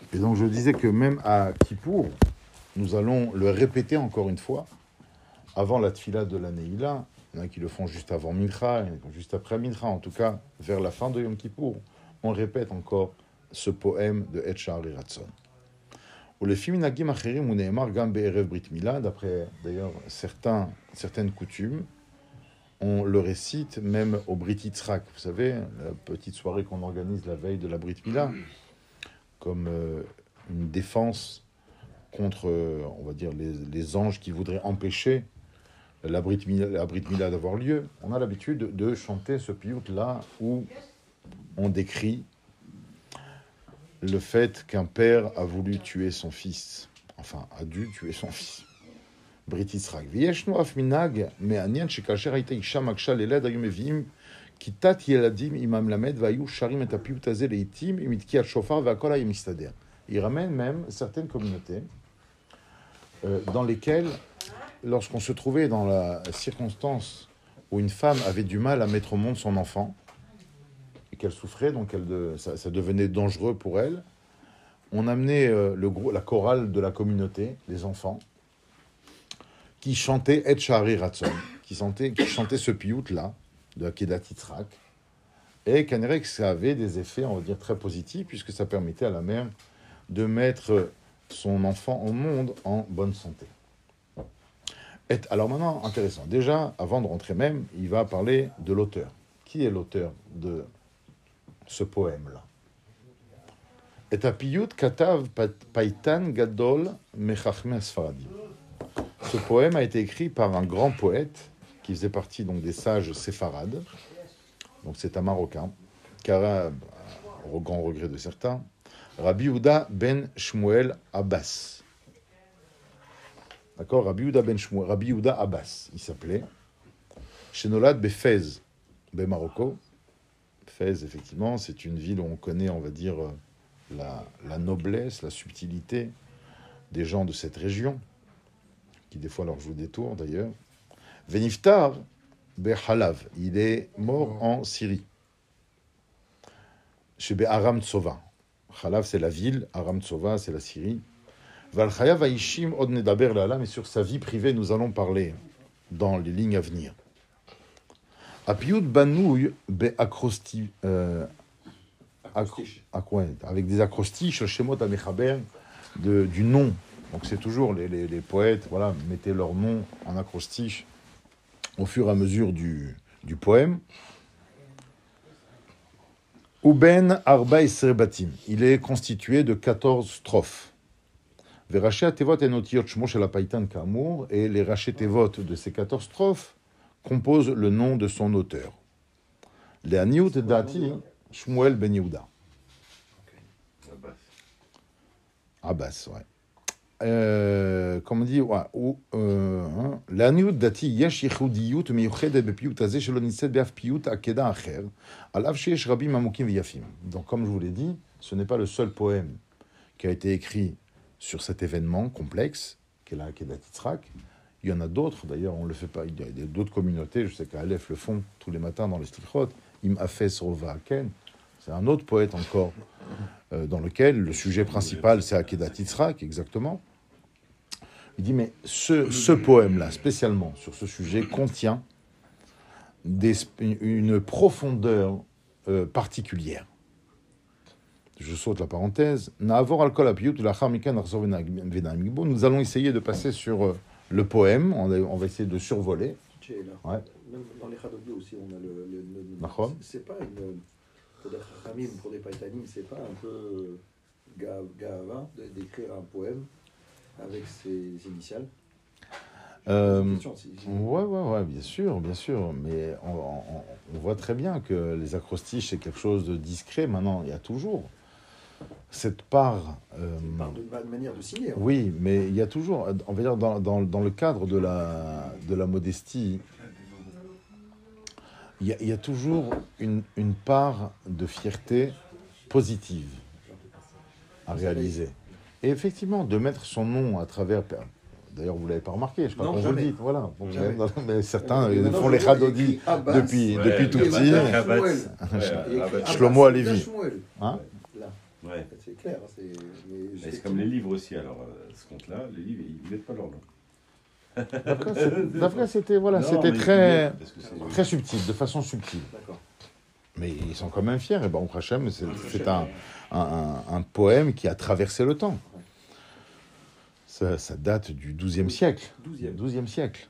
Et donc je disais que même à Kippour, nous allons le répéter encore une fois, avant la tfila de la Neila. Il y en a qui le font juste avant Mincha, juste après Mincha, en tout cas vers la fin de Yom Kippour. On répète encore ce poème de Et Sha'ari Ratzon. Ou les Fiminagim Acherim ou Nehemar Gam Be'erev Brit Mila, d'après d'ailleurs certaines coutumes, on le récite même au Brit Yitzhak. Vous savez, la petite soirée qu'on organise la veille de la Brit Mila, comme une défense contre, on va dire, les anges qui voudraient empêcher la Brit Mila d'avoir lieu. On a l'habitude de chanter ce piout là où on décrit le fait qu'un père a voulu tuer son fils, enfin a dû tuer son fils. Brit Yitzhak. V'yeshnu af minag me'anyan shekasher hayta isha maksha leled hayu meviim kitat yeladim imam lamed v'hayu sharim et hapiyut hazeh leitim im itki hashofar v'hakol hayem mistader. Il ramène même certaines communautés dans lesquelles, lorsqu'on se trouvait dans la circonstance où une femme avait du mal à mettre au monde son enfant, et qu'elle souffrait, donc ça devenait dangereux pour elle, on amenait la chorale de la communauté, les enfants, qui chantaient Et Sha'ari Ratzon, qui chantaient ce piout-là, de Akedat Yitzhak, et qu'on dirait que ça avait des effets, on va dire, très positifs, puisque ça permettait à la mère de mettre son enfant au monde en bonne santé. Alors maintenant, intéressant. Déjà, avant de rentrer même, il va parler de l'auteur. Qui est l'auteur de ce poème-là? Et apiyut katav paitan gadol mechachme sfaradim. Ce poème a été écrit par un grand poète qui faisait partie donc des sages séfarades. Donc c'est un Marocain, car au grand regret de certains, Rabbi Yehuda ben Shmuel Abbas. D'accord, Rabbi Yehuda Abbas, il s'appelait. Shenolad Befez, Marocco. Fez, effectivement, c'est une ville où on connaît, on va dire, la noblesse, la subtilité des gens de cette région, qui des fois leur jouent des tours d'ailleurs. Veniftar Behalav, il est mort en Syrie. Chez Aram Tsova. Halav, c'est la ville, Aram Tsova, c'est la Syrie. Valchaya Vaishim Od Nedaber Lala, mais sur sa vie privée, nous allons parler dans les lignes à venir. Apiyut Banouy Be'akrosti. Avec des acrostiches, Shemot Amechaber, du nom. Donc c'est toujours les poètes, voilà, mettaient leur nom en acrostiche au fur et à mesure du poème. Uben Arba Isre Batim. Il est constitué de 14 strophes. Veraché Tevot Enotiot Shmo Shel Apaitan Kamour, et les Raché Tevot de ces 14 strophes composent le nom de son auteur. Les Aniut Dati Shmuel Ben Yehuda. Abbas, ouais. Comme on dit, לעניות דתי יש ייחודיות מיוחדת בפיוט הזה שלא נמצאת באף פיוט עקדה אחר, על אף שיש רבים עמוקים ויפים. Donc, comme je vous l'ai dit, ce n'est pas le seul poème qui a été écrit sur cet événement complexe, qu'est la Akedat Yitzhak. Il y en a d'autres, d'ailleurs, on ne le fait pas. Il y a d'autres communautés, je sais qu'Aleph le font tous les matins dans les Slichot, Im Afes Rova Aken. C'est un autre poète encore, dans lequel le sujet principal, c'est Akedat Yitzhak, exactement. Il dit, mais ce poème-là, spécialement sur ce sujet, contient une profondeur particulière. Je saute la parenthèse. Nous allons essayer de passer sur le poème. On va essayer de survoler. Ouais. Même dans les Chadodio aussi, on a le c'est pas une... Pour des Chachamim, pour des Paitanim, c'est pas un peu gava d'écrire un poème avec ses initiales. Ouais, bien sûr. Mais on voit très bien que les acrostiches, c'est quelque chose de discret. Maintenant, il y a toujours cette part... de manière de signer. Oui, mais il y a toujours, on va dire, dans le cadre de la modestie, il y a toujours une part de fierté positive à réaliser. Et effectivement, de mettre son nom à travers... D'ailleurs, vous ne l'avez pas remarqué, je crois qu'on vous le dit. Voilà. Mais certains font les Chadodi depuis tout petit. Shlomo Alevi. Hein? Ouais. C'est clair. C'est comme les livres aussi, alors, ce compte-là, les livres, ils ne mettent pas leur nom. D'après, c'était très subtil, de façon subtile. D'accord. Mais ils sont quand même fiers. Et Baruch Hashem, c'est un poème qui a traversé le temps. Ça date du XIIe siècle. 12e siècle.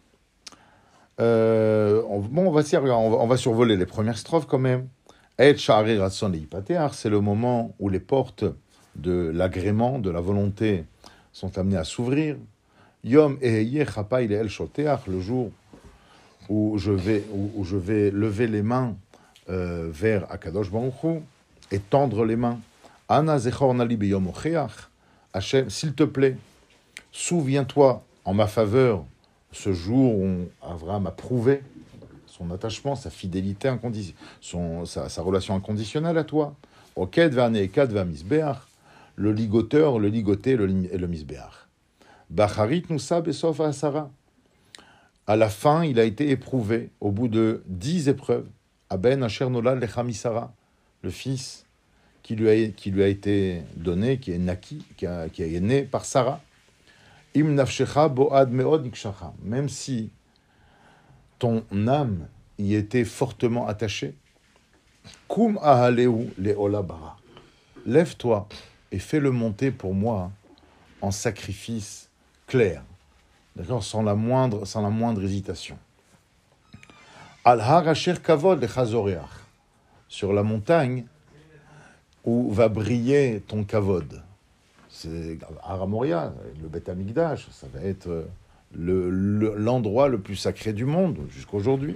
On va survoler les premières strophes quand même. Et Sha'ari Ratson Leipateach, c'est le moment où les portes de l'agrément, de la volonté, sont amenées à s'ouvrir. Yom Eheye Chapay Le'el Shoteach, le jour où je vais lever les mains vers Akadosh Baruch Hu et tendre les mains. Ana Zechor Nali Beyom Ocheach, Hachem, s'il te plaît, souviens-toi en ma faveur ce jour où Abraham a prouvé son attachement, sa fidélité inconditionnelle, sa relation inconditionnelle à toi. Oked v'anekad v'amizbeach, le ligoteur, le ligoté et le misbeach. Bacharit nusa besof ha'asara. À la fin, il a été éprouvé au bout de 10 épreuves. Aben asher nolad lecha misara, le fils qui lui a été donné, qui est né par Sarah. Im nafshecha boad meod nikshacha, même si ton âme y était fortement attachée. Kum ahaleu leola bara, lève-toi et fais-le monter pour moi en sacrifice clair, d'accord, sans la moindre hésitation. Al har asher kavod lechazoreach, sur la montagne où va briller ton kavod. C'est Har Moria, le Beth Amikdash, ça va être l'endroit le plus sacré du monde jusqu'à aujourd'hui.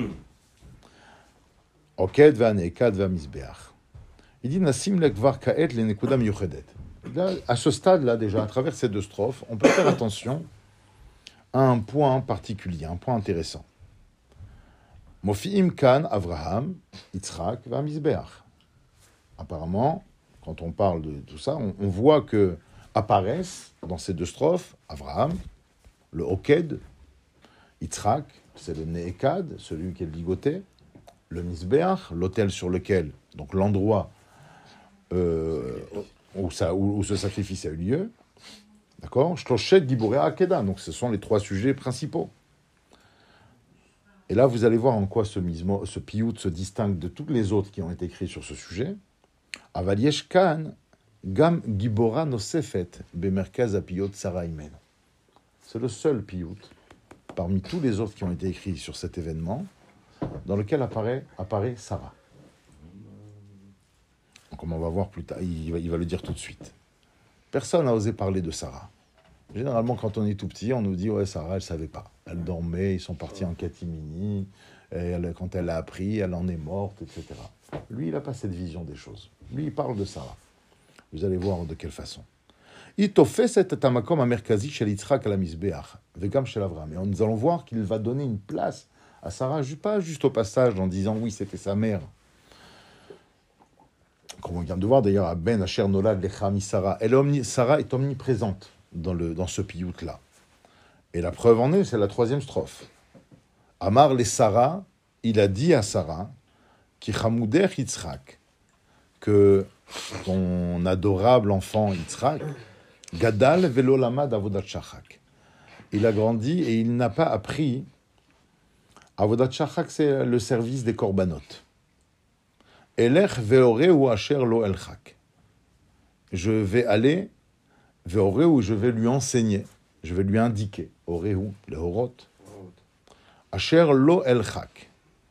Oked v'anekad v'amizbeach. Il dit Nasim lekvar kaet le nekuda miyuchedet. À ce stade-là, déjà, à travers ces deux strophes, on peut faire attention à un point particulier, un point intéressant. Mofi'im kan Avraham, Yitzhak v'amizbeach. Apparemment, quand on parle de tout ça, on voit que apparaissent dans ces deux strophes Avraham, le Oked, Yitzhak, c'est le Neekad, celui qui est ligoté, le Misbeach, l'autel sur lequel, donc l'endroit où ce sacrifice a eu lieu, d'accord, Shloshet Giborei Akeda, donc ce sont les trois sujets principaux. Et là, vous allez voir en quoi ce piyut se distingue de tous les autres qui ont été écrits sur ce sujet. Aval yesh kan gam gibora nosefet bemerkaz apiyot Sarah imen. C'est le seul piyut parmi tous les autres qui ont été écrits sur cet événement dans lequel apparaît Sarah. Donc, comme on va voir plus tard, il va le dire tout de suite. Personne n'a osé parler de Sarah. Généralement, quand on est tout petit, on nous dit « Ouais, Sarah, elle ne savait pas. Elle dormait, ils sont partis en catimini, et quand elle a appris, elle en est morte, etc. » Lui, il n'a pas cette vision des choses. Lui, il parle de Sarah. Vous allez voir de quelle façon. Et nous allons voir qu'il va donner une place à Sarah, pas juste au passage en disant « Oui, c'était sa mère. » Comme on vient de voir d'ailleurs à Ben Asher Nolad Lechami Sarah. Sarah est omniprésente dans ce piyut-là. Et la preuve en est, c'est la 3e strophe. Amar les Sarah, il a dit à Sarah, Ki chamoudech Yitzhak, que ton adorable enfant Yitzhak, Gadal velo lamad avodat shachak. Il a grandi et il n'a pas appris. Avodat shachak, c'est le service des korbanot. Elech ve'oreu asher lo elchak. Je vais aller ve'oreu, je vais lui enseigner, je vais lui indiquer. Oreu, le horot. Asher lo elchak.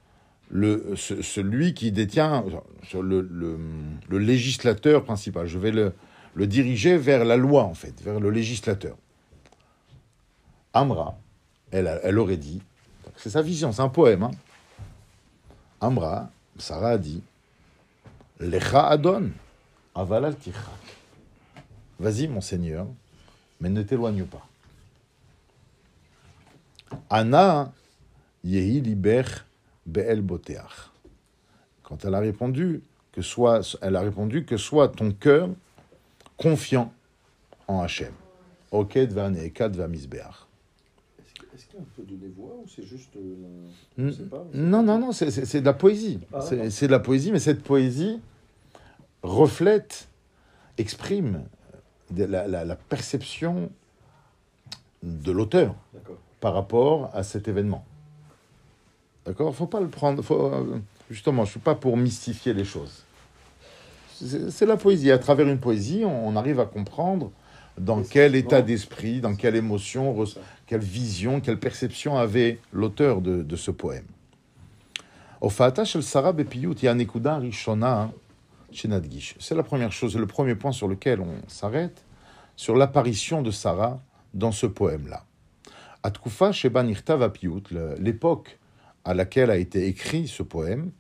Celui qui détient le législateur principal. Je vais le diriger vers la loi, en fait, vers le législateur. Amra, elle aurait dit, c'est sa vision, c'est un poème. Amra, Sarah a dit, Lecha Adon, aval al tichak. Vas-y, mon Seigneur, mais ne t'éloigne pas. Ana yehi liber be'el boteach. Quand elle a répondu que soit ton cœur confiant en Hachem. Oked va'anekad va'mizbeach. Est-ce qu'il y a un peu de dévoix ou c'est juste... Non, c'est de la poésie. C'est de la poésie, mais cette poésie reflète exprime la perception de l'auteur par rapport à cet événement. D'accord ? Faut pas le prendre... justement, je ne suis pas pour mystifier les choses. C'est la poésie. À travers une poésie, on arrive à comprendre dans quel état d'esprit, dans quelle émotion, quelle vision, quelle perception avait l'auteur de ce poème. C'est la première chose, le premier point sur lequel on s'arrête, sur l'apparition de Sarah dans ce poème-là. L'époque à laquelle a été écrit ce poème,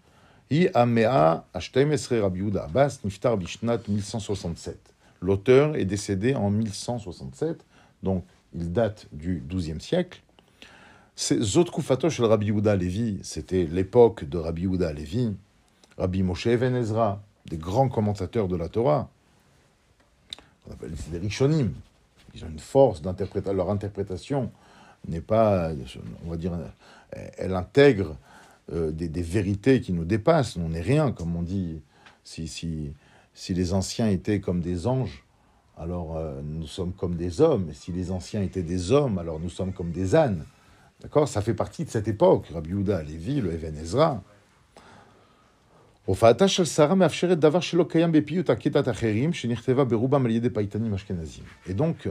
l'auteur est décédé en 1167, donc il date du XIIe siècle. Zot Kufato shel Rabbi Yehuda Levi, c'était l'époque de Rabbi Yehuda Levi, Rabbi Moshe Even Ezra, des grands commentateurs de la Torah. On appelle des Rishonim. Ils ont une force d'interprétation. Leur interprétation n'est pas, on va dire, elle intègre des vérités qui nous dépassent. On n'est rien, comme on dit. Si les anciens étaient comme des anges, alors nous sommes comme des hommes. Et si les anciens étaient des hommes, alors nous sommes comme des ânes. D'accord ? Ça fait partie de cette époque. Rabbi Yehuda Halevi, le Even Ezra. הופעתה של שרה מאפשרת דבר שלא קיים בפיוט עקדת אחרים, שנכתבה ברובם על ידי פייטנים אשכנזים. Et donc,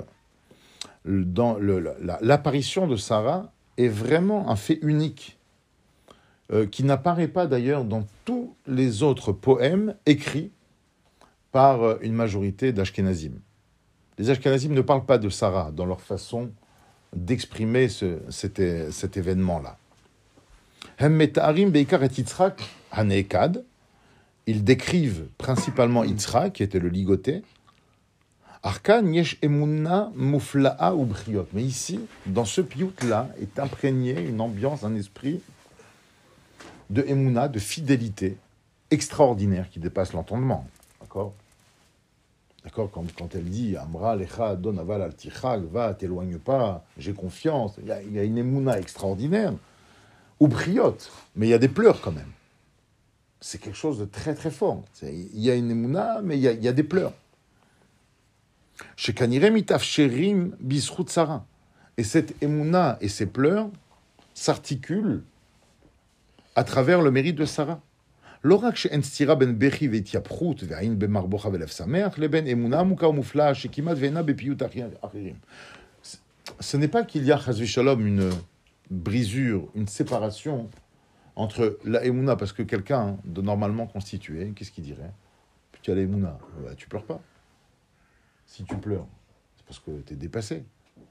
l'apparition de Sarah est vraiment un fait unique, qui n'apparaît pas d'ailleurs dans tous les autres poèmes écrits par une majorité d'Ashkenazim. Les Ashkenazim ne parlent pas de Sarah dans leur façon d'exprimer cet événement-là. Hem meta'arim beikar et Yitzhak haneekad. Ils décrivent principalement Yitzhak, qui était le ligoté. Arkan yesh emunna mufla'a ou briot. Mais ici, dans ce piout-là, est imprégné une ambiance, un esprit de emunna, de fidélité extraordinaire qui dépasse l'entendement. D'accord ? D'accord, quand elle dit Amra lecha don aval al tichak, va, t'éloigne pas, j'ai confiance. Il y a une emunna extraordinaire. Ou briot, mais il y a des pleurs quand même. C'est quelque chose de très très fort. Il y a une émouna, mais il y a des pleurs. Chez Kanirem itafsherim bisrout Sarah. Et cette émouna et ces pleurs s'articulent à travers le mérite de Sarah. L'orak chez Enstira ben Bechi vetiaprout ve'ain ben marbocha ve'lev sameach leben émouna muka ou mufla shekimat ve'ena bepiyut achirim. Ce n'est pas qu'il y a chas v'shalom une brisure, une séparation entre la émouna, parce que quelqu'un de normalement constitué, qu'est-ce qu'il dirait ? Tu as l'émouna, tu pleures pas. Si tu pleures, c'est parce que tu es dépassé.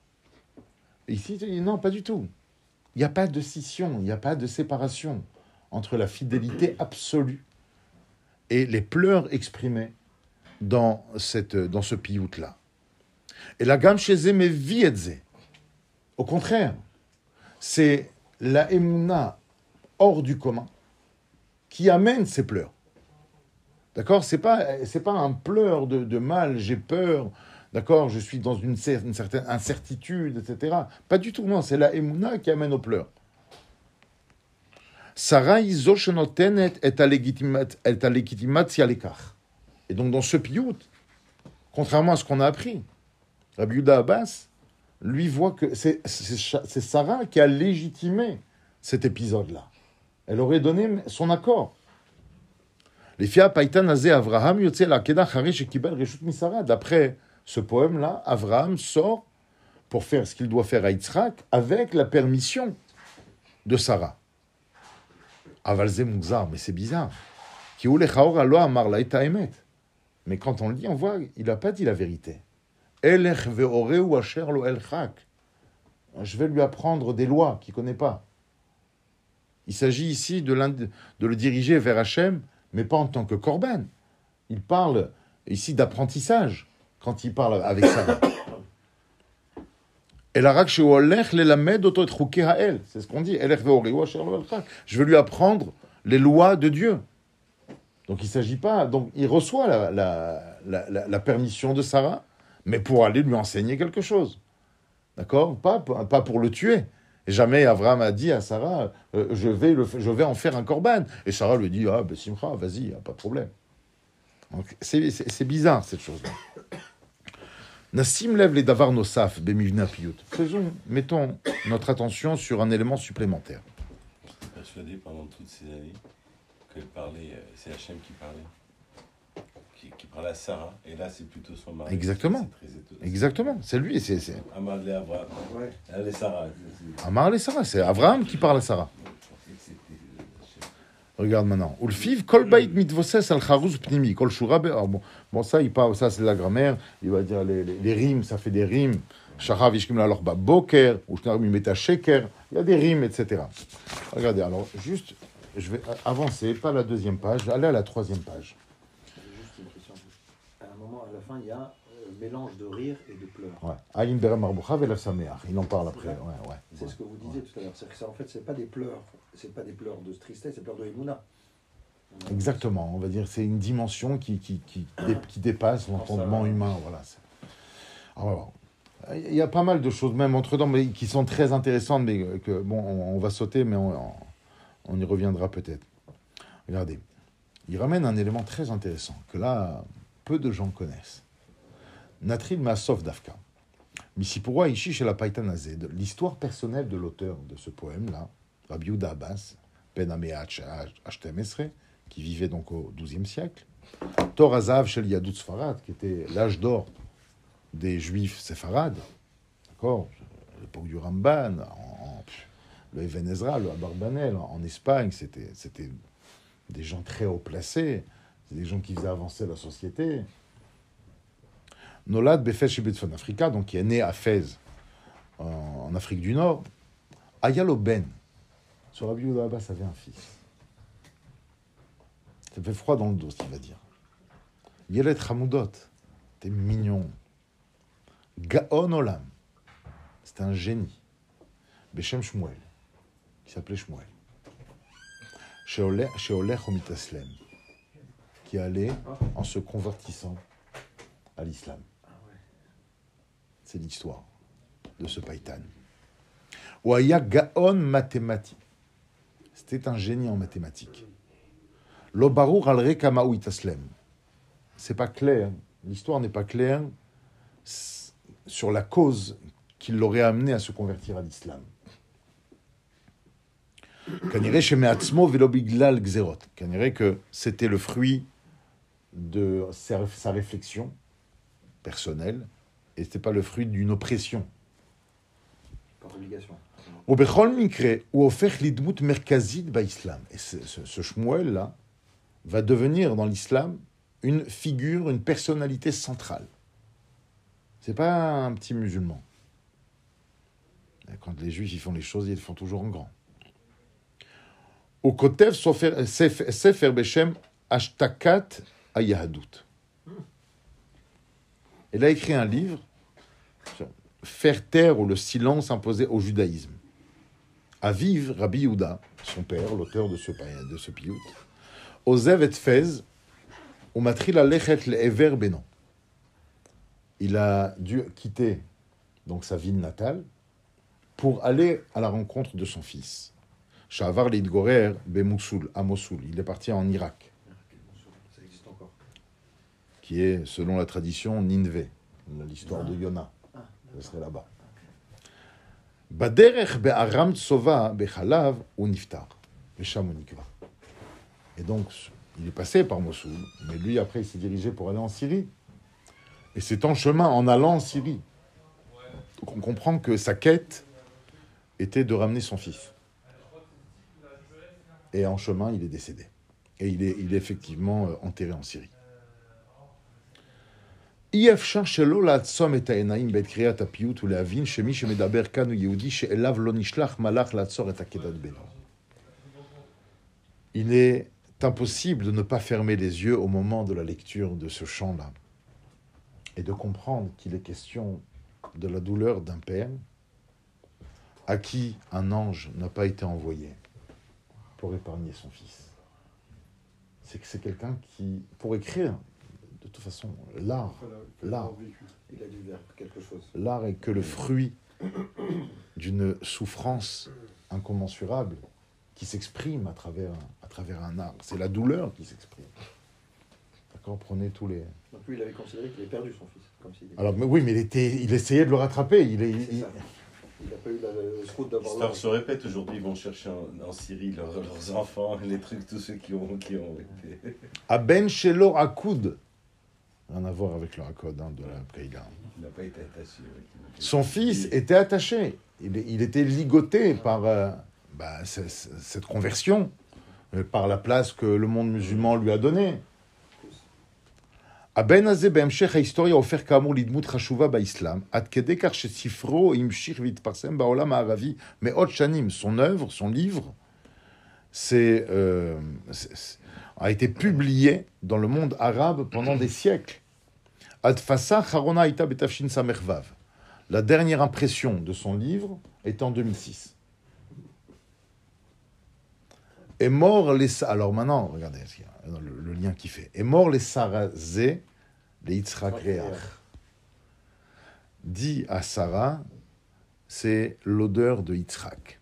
Et ici, non, pas du tout. Il n'y a pas de scission, il n'y a pas de séparation entre la fidélité absolue et les pleurs exprimés dans ce piout-là. Et la gamme chez Zé, mais viedze. Au contraire, c'est la émouna hors du commun, qui amène ces pleurs. D'accord ? C'est pas un pleur de mal, j'ai peur, d'accord, je suis dans une certaine incertitude, etc. Pas du tout, non, c'est la émouna qui amène aux pleurs. Sarah izo shenotenet et a legitimatsia lekach. Et donc dans ce piout, contrairement à ce qu'on a appris, Rabbi Yehuda Abbas, lui voit que c'est Sarah qui a légitimé cet épisode-là. Elle aurait donné son accord. D'après ce poème-là, Avraham sort pour faire ce qu'il doit faire à Yitzhak avec la permission de Sarah. Avalze Mouzar, mais c'est bizarre. Mais quand on le dit, on voit, il n'a pas dit la vérité. Je vais lui apprendre des lois qu'il ne connaît pas. Il s'agit ici de le diriger vers Hachem, mais pas en tant que korban. Il parle ici d'apprentissage quand il parle avec Sarah. C'est ce qu'on dit. Je veux lui apprendre les lois de Dieu. Donc il ne s'agit pas. Donc il reçoit la permission de Sarah, mais pour aller lui enseigner quelque chose. D'accord ? Pas pour le tuer. Et jamais Avraham a dit à Sarah, je vais en faire un korban. Et Sarah lui dit, simcha, vas-y, pas de problème. Donc, c'est bizarre, cette chose-là. Nassim lève les davar nosaf, bemivna piyut. Mettons notre attention sur un élément supplémentaire. Je suis persuadé pendant toutes ces années qu'elle parlait, c'est Hachem qui parlait. Qui parlait à Sarah, et là c'est plutôt son mari. Exactement. Exactement. C'est lui. C'est... Amar les Abraham. Ouais. Elle est Sarah. Amar les Sarah. C'est Abraham qui parle à Sarah. Regarde maintenant. Ulfiv kol bait mitvoses al charuz pnimi kol shura. Bon, ça il parle, ça c'est de la grammaire. Il va dire les rimes, ça fait des rimes. Shara vishkim la lorba boker ou shnarim meta sheker. Il y a des rimes, etc. Regardez. Alors juste, je vais avancer, pas la deuxième page, aller à la troisième page. À la fin, il y a mélange de rire et de pleurs. Ouais. Aïn berem arboucha velav sameach. Il en parle après. Ouais. C'est ce que vous disiez tout à l'heure. C'est que ça, en fait, c'est pas des pleurs de tristesse, c'est pleurs de émouna. Exactement. On va dire c'est une dimension qui dépasse l'entendement humain. Voilà. Alors, il y a pas mal de choses, même entre-temps, mais qui sont très intéressantes, mais que bon, on va sauter, mais on y reviendra peut-être. Regardez. Il ramène un élément très intéressant que là, peu de gens connaissent. Natril Masov Dafka. Misipura Ishi chez la Païtan Azed, l'histoire personnelle de l'auteur de ce poème-là, Rabbi Yehuda Abbas, Ben Amea Ashtemesre, qui vivait donc au XIIe siècle, Tor Azav Shel Yadut Sfarad, qui était l'âge d'or des Juifs séfarades, d'accord, l'époque du Ramban, le Even Ezra, le Abarbanel, en Espagne, c'était des gens très haut placés, des gens qui faisaient avancer la société. Nolad Befez Shebetfon Africa, donc qui est né à Fès, en Afrique du Nord. Ayalo Ben, sur Rabbi Yehuda Abbas avait un fils. Ça fait froid dans le dos, il va dire. Yelet Hamoudot, t'es mignon. Gaon Olam, c'était un génie. Beshem Shmuel, qui s'appelait Shmuel. Sheolech Omitaslem, qui allait en se convertissant à l'islam. C'est l'histoire de ce païtan. Ouaya Gaon mathématique. C'était un génie en mathématiques. Lo barur al rekamaou itaslem. C'est pas clair. L'histoire n'est pas claire sur la cause qui l'aurait amené à se convertir à l'islam. Kanire shemeatzmo velo biglal gzerot. Kanire que c'était le fruit de sa réflexion personnelle et c'était pas le fruit d'une oppression. Par obligation. Au bechol mikre ou ofech lidmut merkazit ba islam. Et ce Shmuel là va devenir dans l'islam une figure, une personnalité centrale. C'est pas un petit musulman. Quand les juifs ils font les choses, ils les font toujours en grand. Au kotev sefer beshem ashtakat ayahadut. Il a écrit un livre, Faire taire ou le silence imposé au judaïsme. Aviv Rabbi Yehuda, son père, l'auteur de ce piyut, Ozev et Fez, ou matril alechet le'ever benon. Il a dû quitter donc sa ville natale pour aller à la rencontre de son fils. Shavar lidgorer be Moussoul, à Mossoul. Il est parti en Irak. Ça existe encore. Qui est, selon la tradition, Ninvé, l'histoire de Yona. Ce serait là-bas. Baderech be'aram tsova bechalav ou niftar. Besham unikva. Et donc, il est passé par Mossoul, mais lui, après, il s'est dirigé pour aller en Syrie. Et c'est en chemin, en allant en Syrie. Donc on comprend que sa quête était de ramener son fils. Et en chemin, il est décédé. Et il est effectivement enterré en Syrie. Donc, il est impossible de ne pas fermer les yeux au moment de la lecture de ce chant-là et de comprendre qu'il est question de la douleur d'un père à qui un ange n'a pas été envoyé pour épargner son fils. C'est que c'est quelqu'un qui, pour écrire, de toute façon, l'art, il a dû faire quelque chose. L'art est que le fruit d'une souffrance incommensurable qui s'exprime à travers un art. C'est la douleur qui s'exprime. D'accord, prenez tous les... Donc lui, il avait considéré qu'il avait perdu son fils. Comme s'il Alors, mais oui, mais il essayait de le rattraper. Il n'a pas eu le scout d'avoir... L'histoire se répète aujourd'hui, ils vont chercher en Syrie leurs enfants, les trucs, tous ceux qui ont été... Aben Shelo Akoud. Rien à voir avec le Akod de la Kaïla. Il n'a pas été attaché. Son fils était attaché. Il était ligoté par cette conversion, par la place que le monde musulman lui a donnée. הבן הזה בהמשך ההיסטוריה הופך כאמור לדמות חשובה באסלאם, עד כדי כך שספרו המשיך והתפרסם בעולם הערבי מאות שנים. Son œuvre, son livre, a été publié dans le monde arabe pendant des siècles. Adfasa Harona Ita Betafshin Samervav. La dernière impression de son livre est en 2006. Et mort les... Alors maintenant, regardez le lien qu'il fait. Et mort les Sarazé, les Yitzhak Reach. Dit à Sarah, c'est l'odeur de Yitzhak.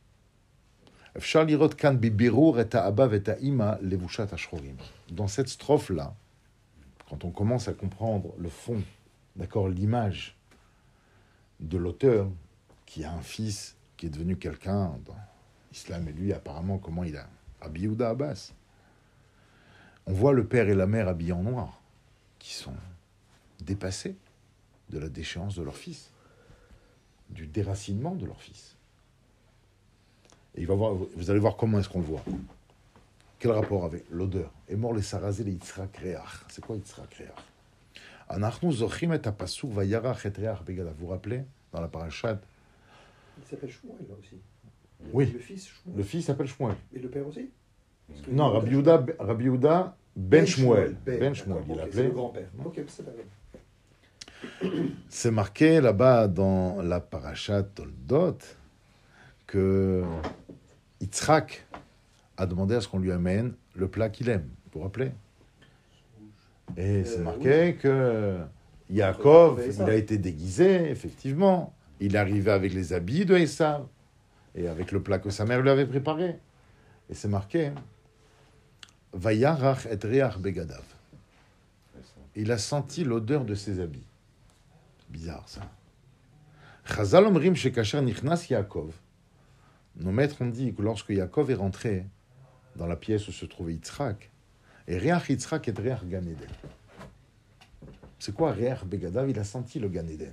Dans cette strophe-là, quand on commence à comprendre le fond, d'accord, l'image de l'auteur qui a un fils qui est devenu quelqu'un dans l'islam et lui apparemment comment il a Rabbi Yehuda Abbas, on voit le père et la mère habillés en noir qui sont dépassés de la déchéance de leur fils, du déracinement de leur fils. Et vous allez voir comment est-ce qu'on le voit. Quel rapport avec l'odeur? Et mort les Sarazé, les Yitzhak Reach. C'est quoi Yitzhak Reach? Anachnu zochim et apasuk vayarach et reach begadav. Vous vous rappelez dans la parashat? Il s'appelle Shmuel là aussi. Oui. Le fils Shmuel. Le fils s'appelle Shmuel. Et le père aussi? Non, Rabbi Yehuda ben Shmuel. Ben Shmuel, il l'appelait. C'est le grand-père. Ok, c'est pas grave. C'est marqué là-bas dans la parashat Toldot que Yitzhak a demandé à ce qu'on lui amène le plat qu'il aime. Vous vous rappelez? Et c'est marqué que Yaakov, il a été déguisé, effectivement. Il est arrivé avec les habits de Esav et avec le plat que sa mère lui avait préparé. Et c'est marqué Vayarach et reach begadav. Il a senti l'odeur de ses habits. Bizarre, ça. Chazal omrim shekasher nichnas Yaakov. Nos maîtres ont dit que lorsque Yaakov est rentré dans la pièce où se trouvait Yitzhak, et reach Yitzhak et reach Gan Eden. C'est quoi reach begadav? Il a senti le Gan Eden.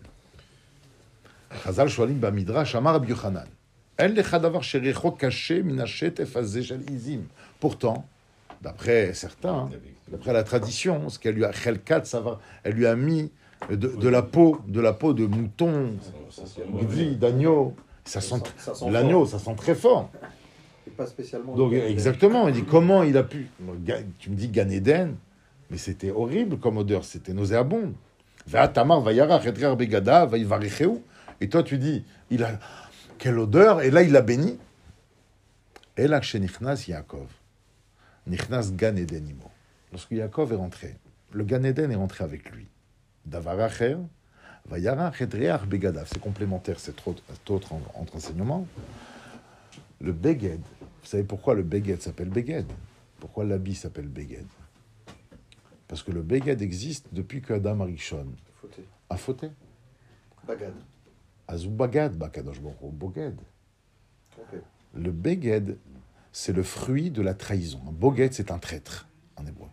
Chazal shoalim bamidrash amar Rabbi Yochanan. En lecha davar sherecho kaché min hashetef hazeh shel izim. Pourtant, d'après certains, d'après la tradition, ce qu'elle lui a elle lui a mis de la peau de mouton, d'agneau. L'agneau, ça sent très fort. Et pas spécialement. Donc exactement, il dit comment il a pu. Tu me dis Gan Eden, mais c'était horrible comme odeur, c'était nauséabond. Et toi tu dis, il a quelle odeur, et là il l'a béni. Et là chez Nichnas Yaakov, Nichnas Gan Eden imo. Lorsque Yaakov est rentré, le Gan Eden est rentré avec lui. Davar acher, vayarach et reach begadav. C'est complémentaire, c'est autre entre enseignements. Le beged, vous savez pourquoi le beged s'appelle beged? Pourquoi l'habit s'appelle beged? Parce que le beged existe depuis que Adam Arishon a fauté. Bagad. Azou bagad, bakadosh baruch boged. Le beged, c'est le fruit de la trahison. Un boged, c'est un traître en hébreu.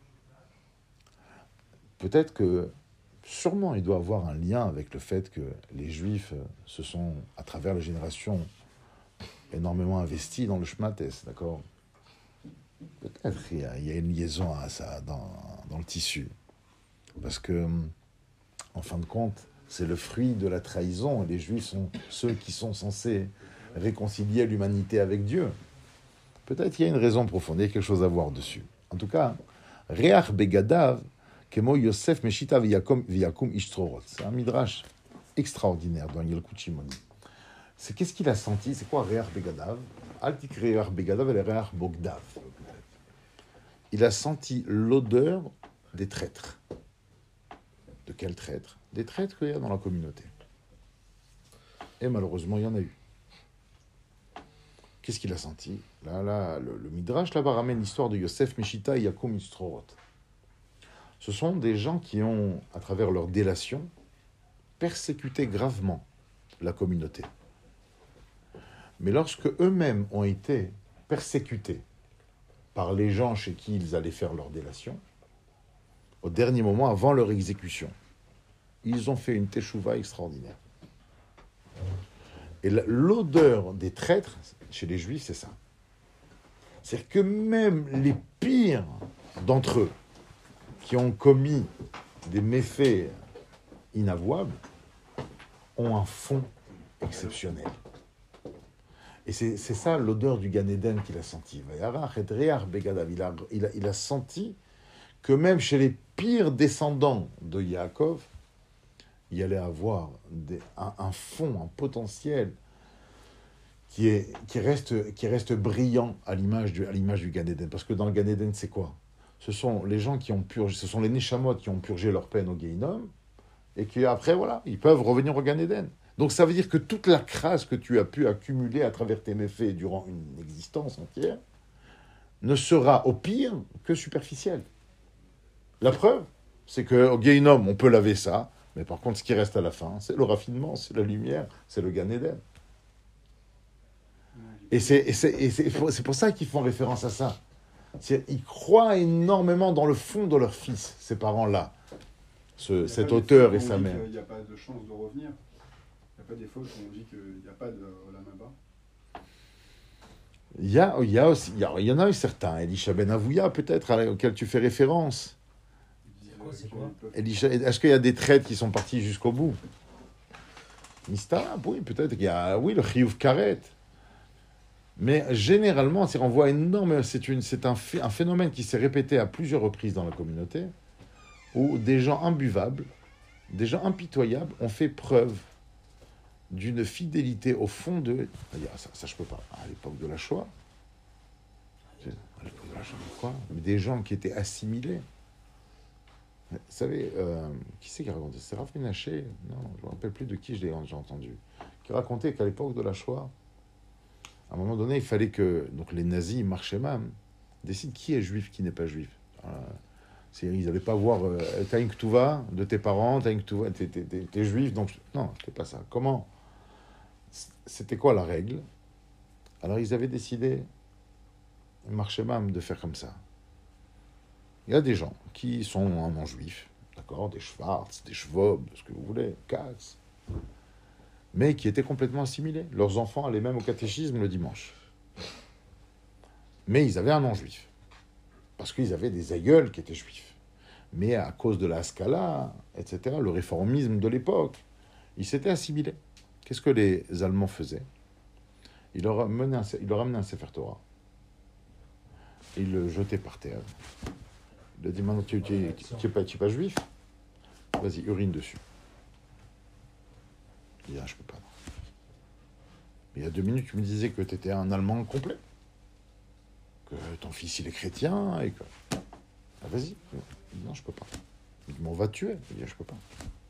Peut-être que, sûrement, il doit avoir un lien avec le fait que les Juifs se sont, à travers les générations, énormément investis dans le shmates, d'accord? Peut-être il y a une liaison à ça dans le tissu. Parce que, en fin de compte, c'est le fruit de la trahison. Les Juifs sont ceux qui sont censés réconcilier l'humanité avec Dieu. Peut-être qu'il y a une raison profonde, il y a quelque chose à voir dessus. En tout cas, Reach begadav, kemo Yosef meshita viyakum ishtrorot. C'est un midrash extraordinaire dans Yelkut Shimoni. C'est qu'est-ce qu'il a senti? C'est quoi Reach begadav? Altik Reach begadav et Reach bogdav. Il a senti l'odeur des traîtres. De quels traîtres? Des traîtres qu'il y a dans la communauté. Et malheureusement, il y en a eu. Qu'est-ce qu'il a senti? Là, le Midrash là-bas ramène l'histoire de Yosef Meshita et Yakum Istrorot. Ce sont des gens qui ont, à travers leur délation, persécuté gravement la communauté. Mais lorsque eux-mêmes ont été persécutés par les gens chez qui ils allaient faire leur délation, au dernier moment, avant leur exécution, ils ont fait une teshuva extraordinaire. Et l'odeur des traîtres, chez les Juifs, c'est ça. C'est-à-dire que même les pires d'entre eux, qui ont commis des méfaits inavouables, ont un fond exceptionnel. Et c'est ça l'odeur du Gan Eden qu'il a senti. Il a senti que même chez les pires descendants de Yaakov, il allait avoir un fond, un potentiel qui reste brillant à l'image du Gan Eden. Parce que dans le Gan Eden, c'est quoi? Ce sont les gens qui ont purgé, ce sont les Neshamot qui ont purgé leur peine au Gehinnom, et qui après, voilà, ils peuvent revenir au Gan Eden. Donc ça veut dire que toute la crasse que tu as pu accumuler à travers tes méfaits durant une existence entière ne sera au pire que superficielle. La preuve, c'est qu'au Gehinnom, on peut laver ça, mais par contre, ce qui reste à la fin, c'est le raffinement, c'est la lumière, c'est le Gan Eden. Et c'est pour ça qu'ils font référence à ça. Ils croient énormément dans le fond de leur fils, ces parents-là, cet auteur et sa mère. Il n'y a pas de chance de revenir. Il n'y a pas des fautes où on dit qu'il n'y a pas de Olam Haba. Il y en a eu certains. Elisha Ben Avouya, peut-être, auquel tu fais référence. C'est quoi Est-ce qu'il y a des traites qui sont partis jusqu'au bout? Mistarab, oui, peut-être. Il y a, oui, le Chiyuv Karet. Mais généralement, on voit énormément. C'est un phénomène qui s'est répété à plusieurs reprises dans la communauté, où des gens imbuvables, des gens impitoyables ont fait preuve d'une fidélité au fond de... Ça je peux pas. À l'époque de la Shoah. À l'époque de la Shoah, quoi? Mais des gens qui étaient assimilés. Vous savez, qui c'est qui a raconté? C'est Rav Menaché? Non, je ne me rappelle plus de qui j'ai entendu. Qui racontait qu'à l'époque de la Shoah, à un moment donné, il fallait que donc les nazis, Marchemam, décident qui est juif, qui n'est pas juif. Ils n'allaient pas voir t'as une Ktuva de tes parents, t'es juif, donc non, c'était pas ça. Comment? C'était quoi la règle? Alors ils avaient décidé, Marchemam, de faire comme ça. Il y a des gens qui sont non-juifs, d'accord, des Schwarz, des Schwob, ce que vous voulez, Katz, mais qui étaient complètement assimilés. Leurs enfants allaient même au catéchisme le dimanche. Mais ils avaient un non-juif, parce qu'ils avaient des aïeuls qui étaient juifs. Mais à cause de la Haskalah, etc., le réformisme de l'époque, ils s'étaient assimilés. Qu'est-ce que les Allemands faisaient? Ils leur amenaient un Sefer Torah. Et ils le jetaient par terre. Il a dit, maintenant, tu n'es pas juif? Vas-y, urine dessus. Il dit, je peux pas. Mais il y a 2 minutes, tu me disais que tu étais un Allemand complet. Que ton fils, il est chrétien, et que... Ah, vas-y. Il dit, non, je peux pas. Il dit, mais on va te tuer. Il dit, je peux pas.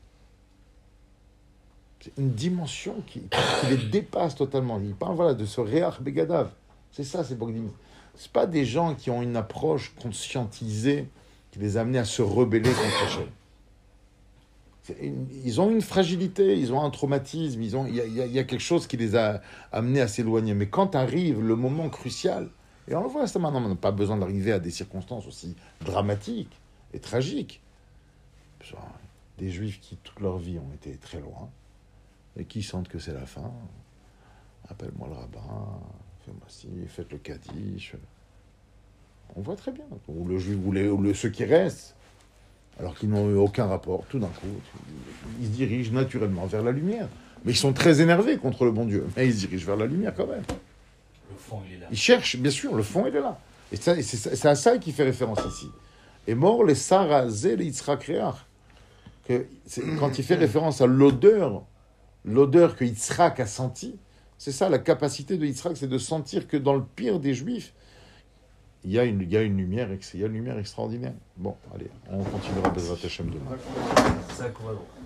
C'est une dimension qui les dépasse totalement. Il parle, voilà, de ce Réach Begadav. C'est ça, c'est Bogdim. C'est pas des gens qui ont une approche conscientisée qui les a amenés à se rebeller contre Hachem. Ils ont une fragilité, ils ont un traumatisme, il y a quelque chose qui les a amenés à s'éloigner. Mais quand arrive le moment crucial, et on le voit ça maintenant, on n'a pas besoin d'arriver à des circonstances aussi dramatiques et tragiques. Des Juifs qui, toute leur vie, ont été très loin, et qui sentent que c'est la fin. Appelle-moi le rabbin, fais-moi ci, faites le Kaddish. On voit très bien. Ou le Juif, ou ceux qui restent, alors qu'ils n'ont eu aucun rapport, tout d'un coup, ils se dirigent naturellement vers la lumière. Mais ils sont très énervés contre le bon Dieu. Mais ils se dirigent vers la lumière quand même. Le fond, il est là. Ils cherchent, bien sûr, le fond, il est là. Et c'est à ça qu'il fait référence ici. Et mort les Sarah Zé les Yitzhak Réach. Quand il fait référence à l'odeur que Yitzhak a senti, c'est ça, la capacité de Yitzhak, c'est de sentir que dans le pire des Juifs, il y a une lumière extraordinaire. Bon, allez, on continuera Bezrat Hashem demain. Ça, quoi, donc.